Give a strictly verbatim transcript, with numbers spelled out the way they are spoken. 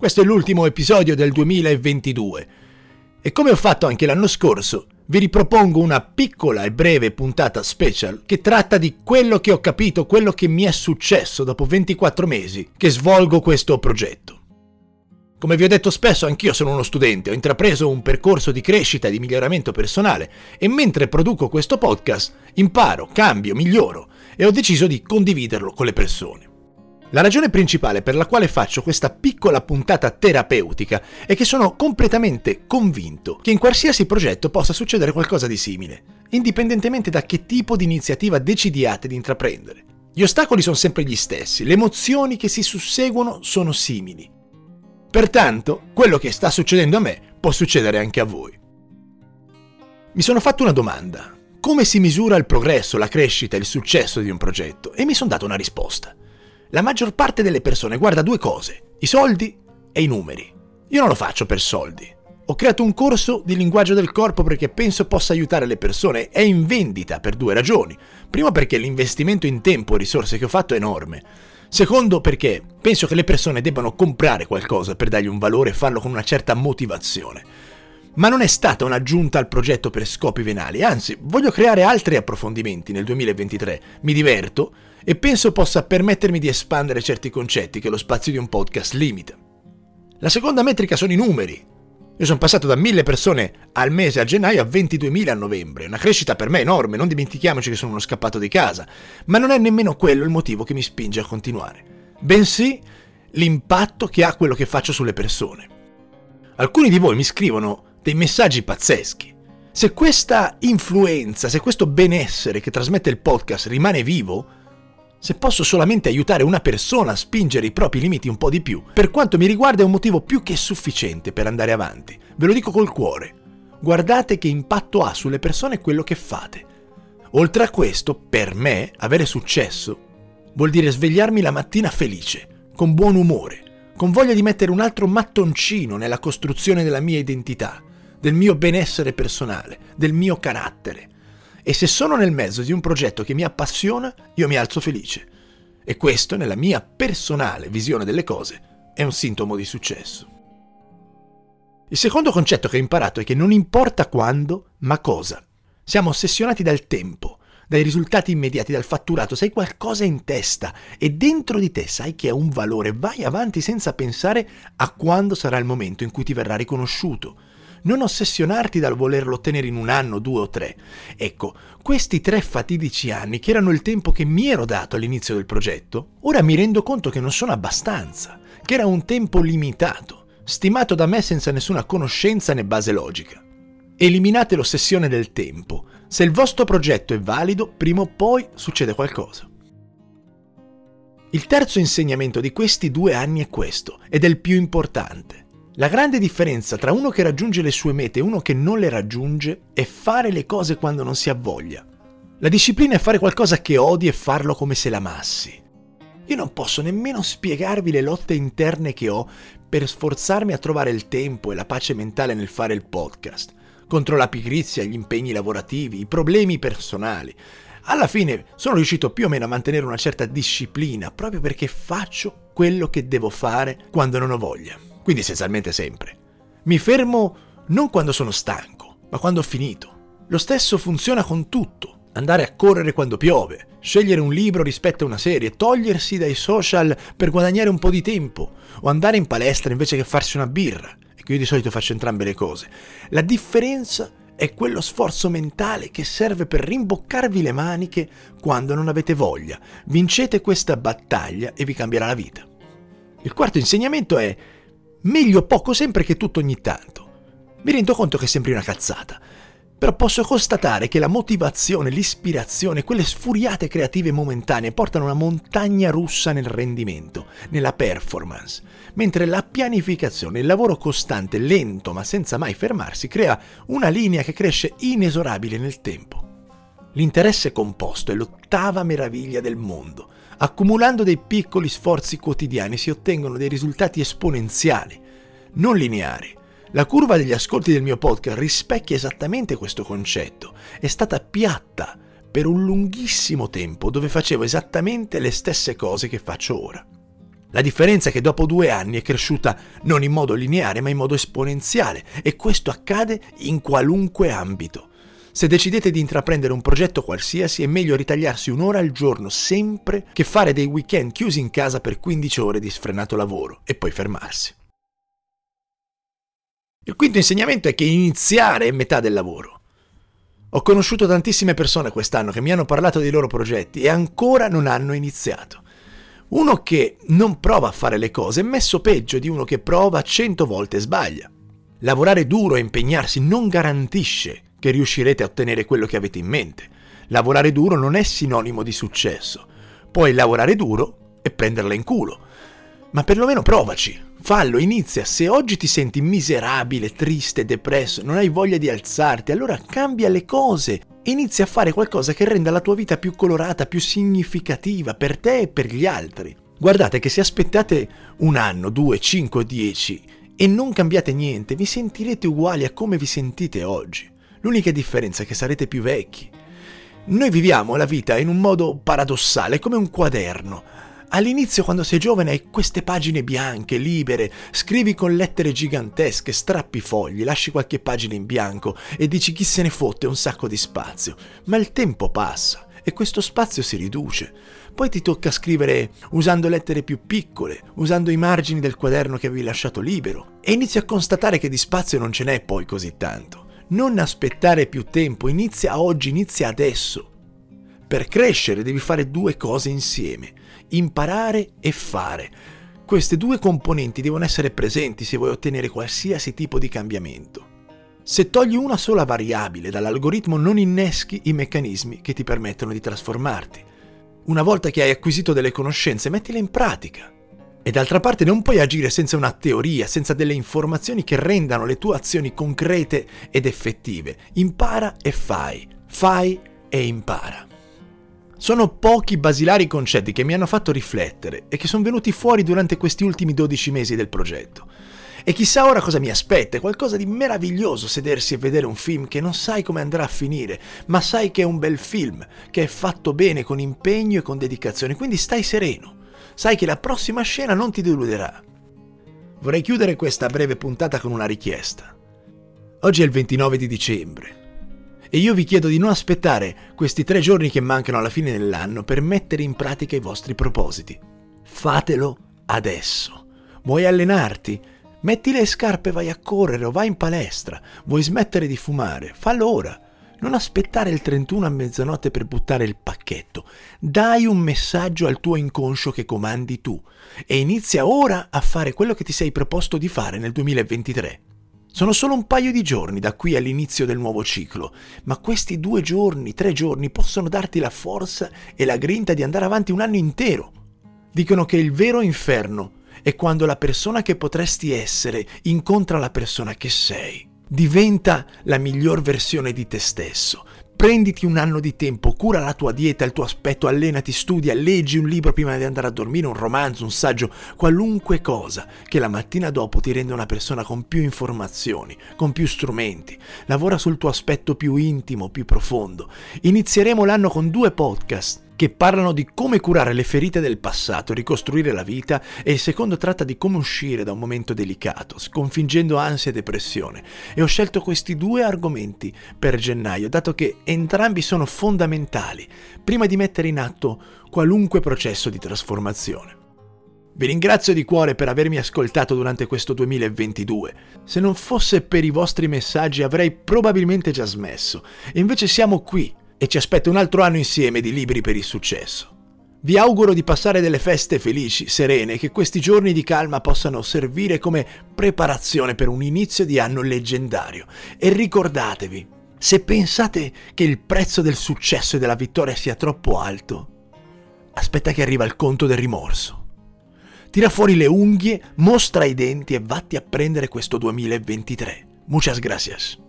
Questo è l'ultimo episodio del duemilaventidue e come ho fatto anche l'anno scorso, vi ripropongo una piccola e breve puntata special che tratta di quello che ho capito, quello che mi è successo dopo ventiquattro mesi che svolgo questo progetto. Come vi ho detto spesso, anch'io sono uno studente, ho intrapreso un percorso di crescita e di miglioramento personale e mentre produco questo podcast imparo, cambio, miglioro e ho deciso di condividerlo con le persone. La ragione principale per la quale faccio questa piccola puntata terapeutica è che sono completamente convinto che in qualsiasi progetto possa succedere qualcosa di simile, indipendentemente da che tipo di iniziativa decidiate di intraprendere. Gli ostacoli sono sempre gli stessi, le emozioni che si susseguono sono simili. Pertanto, quello che sta succedendo a me può succedere anche a voi. Mi sono fatto una domanda: come si misura il progresso, la crescita e il successo di un progetto? E mi sono dato una risposta. La maggior parte delle persone guarda due cose, i soldi e i numeri. Io non lo faccio per soldi. Ho creato un corso di linguaggio del corpo perché penso possa aiutare le persone. È in vendita per due ragioni. Primo, perché l'investimento in tempo e risorse che ho fatto è enorme. Secondo, perché penso che le persone debbano comprare qualcosa per dargli un valore e farlo con una certa motivazione. Ma non è stata un'aggiunta al progetto per scopi venali, anzi, voglio creare altri approfondimenti nel duemilaventitré. Mi diverto e penso possa permettermi di espandere certi concetti che lo spazio di un podcast limita. La seconda metrica sono i numeri. Io sono passato da mille persone al mese a gennaio a ventiduemila a novembre, una crescita per me enorme, non dimentichiamoci che sono uno scappato di casa, ma non è nemmeno quello il motivo che mi spinge a continuare, bensì l'impatto che ha quello che faccio sulle persone. Alcuni di voi mi scrivono dei messaggi pazzeschi. Se questa influenza, se questo benessere che trasmette il podcast rimane vivo, se posso solamente aiutare una persona a spingere i propri limiti un po' di più, per quanto mi riguarda è un motivo più che sufficiente per andare avanti. Ve lo dico col cuore. Guardate che impatto ha sulle persone quello che fate. Oltre a questo, per me, avere successo vuol dire svegliarmi la mattina felice, con buon umore, con voglia di mettere un altro mattoncino nella costruzione della mia identità, del mio benessere personale, del mio carattere. E se sono nel mezzo di un progetto che mi appassiona, io mi alzo felice. E questo, nella mia personale visione delle cose, è un sintomo di successo. Il secondo concetto che ho imparato è che non importa quando, ma cosa. Siamo ossessionati dal tempo, dai risultati immediati, dal fatturato. Sai qualcosa in testa e dentro di te sai che ha un valore. Vai avanti senza pensare a quando sarà il momento in cui ti verrà riconosciuto. Non ossessionarti dal volerlo ottenere in un anno, due o tre. Ecco, questi tre fatidici anni, che erano il tempo che mi ero dato all'inizio del progetto, ora mi rendo conto che non sono abbastanza, che era un tempo limitato, stimato da me senza nessuna conoscenza né base logica. Eliminate l'ossessione del tempo. Se il vostro progetto è valido, prima o poi succede qualcosa. Il terzo insegnamento di questi due anni è questo, ed è il più importante. La grande differenza tra uno che raggiunge le sue mete e uno che non le raggiunge è fare le cose quando non si ha voglia. La disciplina è fare qualcosa che odi e farlo come se l'amassi. Io non posso nemmeno spiegarvi le lotte interne che ho per sforzarmi a trovare il tempo e la pace mentale nel fare il podcast, contro la pigrizia, gli impegni lavorativi, i problemi personali. Alla fine sono riuscito più o meno a mantenere una certa disciplina proprio perché faccio quello che devo fare quando non ho voglia. Quindi essenzialmente sempre. Mi fermo non quando sono stanco, ma quando ho finito. Lo stesso funziona con tutto. Andare a correre quando piove, scegliere un libro rispetto a una serie, togliersi dai social per guadagnare un po' di tempo, o andare in palestra invece che farsi una birra. Ecco, io di solito faccio entrambe le cose. La differenza è quello sforzo mentale che serve per rimboccarvi le maniche quando non avete voglia. Vincete questa battaglia e vi cambierà la vita. Il quarto insegnamento è: meglio poco sempre che tutto ogni tanto. Mi rendo conto che sembri una cazzata, però posso constatare che la motivazione, l'ispirazione, quelle sfuriate creative momentanee portano una montagna russa nel rendimento, nella performance, mentre la pianificazione, il lavoro costante, lento ma senza mai fermarsi, crea una linea che cresce inesorabile nel tempo. L'interesse composto è l'ottava meraviglia del mondo. Accumulando dei piccoli sforzi quotidiani si ottengono dei risultati esponenziali, non lineari. La curva degli ascolti del mio podcast rispecchia esattamente questo concetto. È stata piatta per un lunghissimo tempo dove facevo esattamente le stesse cose che faccio ora. La differenza è che dopo due anni è cresciuta non in modo lineare ma in modo esponenziale, e questo accade in qualunque ambito. Se decidete di intraprendere un progetto qualsiasi è meglio ritagliarsi un'ora al giorno sempre che fare dei weekend chiusi in casa per quindici ore di sfrenato lavoro e poi fermarsi. Il quinto insegnamento è che iniziare è metà del lavoro. Ho conosciuto tantissime persone quest'anno che mi hanno parlato dei loro progetti e ancora non hanno iniziato. Uno che non prova a fare le cose è messo peggio di uno che prova cento volte e sbaglia. Lavorare duro e impegnarsi non garantisce che riuscirete a ottenere quello che avete in mente. Lavorare duro non è sinonimo di successo. Puoi lavorare duro e prenderla in culo, ma perlomeno provaci, fallo, inizia. Se oggi ti senti miserabile, triste, depresso, non hai voglia di alzarti, allora cambia le cose. Inizia a fare qualcosa che renda la tua vita più colorata, più significativa per te e per gli altri. Guardate che se aspettate un anno, due, cinque, dieci e non cambiate niente, vi sentirete uguali a come vi sentite oggi. L'unica differenza è che sarete più vecchi. Noi viviamo la vita in un modo paradossale, come un quaderno. All'inizio, quando sei giovane, hai queste pagine bianche, libere, scrivi con lettere gigantesche, strappi fogli, lasci qualche pagina in bianco e dici chi se ne fotte, un sacco di spazio. Ma il tempo passa e questo spazio si riduce. Poi ti tocca scrivere usando lettere più piccole, usando i margini del quaderno che avevi lasciato libero, e inizi a constatare che di spazio non ce n'è poi così tanto. Non aspettare più tempo, inizia oggi, inizia adesso. Per crescere devi fare due cose insieme: imparare e fare. Queste due componenti devono essere presenti se vuoi ottenere qualsiasi tipo di cambiamento. Se togli una sola variabile dall'algoritmo non inneschi i meccanismi che ti permettono di trasformarti. Una volta che hai acquisito delle conoscenze, mettile in pratica. E d'altra parte non puoi agire senza una teoria, senza delle informazioni che rendano le tue azioni concrete ed effettive. Impara e fai, fai e impara. Sono pochi basilari concetti che mi hanno fatto riflettere e che sono venuti fuori durante questi ultimi dodici mesi del progetto. E chissà ora cosa mi aspetta, è qualcosa di meraviglioso sedersi e vedere un film che non sai come andrà a finire, ma sai che è un bel film, che è fatto bene, con impegno e con dedicazione, quindi stai sereno. Sai che la prossima scena non ti deluderà. Vorrei chiudere questa breve puntata con una richiesta. Oggi è il ventinove di dicembre e io vi chiedo di non aspettare questi tre giorni che mancano alla fine dell'anno per mettere in pratica i vostri propositi. Fatelo adesso. Vuoi allenarti? Metti le scarpe e vai a correre o vai in palestra. Vuoi smettere di fumare? Fallo ora. Non aspettare il trentuno a mezzanotte per buttare il pacchetto. Dai un messaggio al tuo inconscio che comandi tu e inizia ora a fare quello che ti sei proposto di fare nel duemilaventitré. Sono solo un paio di giorni da qui all'inizio del nuovo ciclo, ma questi due giorni, tre giorni possono darti la forza e la grinta di andare avanti un anno intero. Dicono che il vero inferno è quando la persona che potresti essere incontra la persona che sei. Diventa la miglior versione di te stesso. Prenditi un anno di tempo, cura la tua dieta, il tuo aspetto, allenati, studia, leggi un libro prima di andare a dormire, un romanzo, un saggio, qualunque cosa che la mattina dopo ti renda una persona con più informazioni, con più strumenti. Lavora sul tuo aspetto più intimo, più profondo. Inizieremo l'anno con due podcast che parlano di come curare le ferite del passato, ricostruire la vita, e il secondo tratta di come uscire da un momento delicato, sconfiggendo ansia e depressione. E ho scelto questi due argomenti per gennaio, dato che entrambi sono fondamentali prima di mettere in atto qualunque processo di trasformazione. Vi ringrazio di cuore per avermi ascoltato durante questo duemilaventidue. Se non fosse per i vostri messaggi avrei probabilmente già smesso, e invece siamo qui e ci aspetta un altro anno insieme di Libri per il Successo. Vi auguro di passare delle feste felici, serene, che questi giorni di calma possano servire come preparazione per un inizio di anno leggendario. E ricordatevi, se pensate che il prezzo del successo e della vittoria sia troppo alto, aspetta che arriva il conto del rimorso. Tira fuori le unghie, mostra i denti e vatti a prendere questo duemilaventitré. Muchas gracias.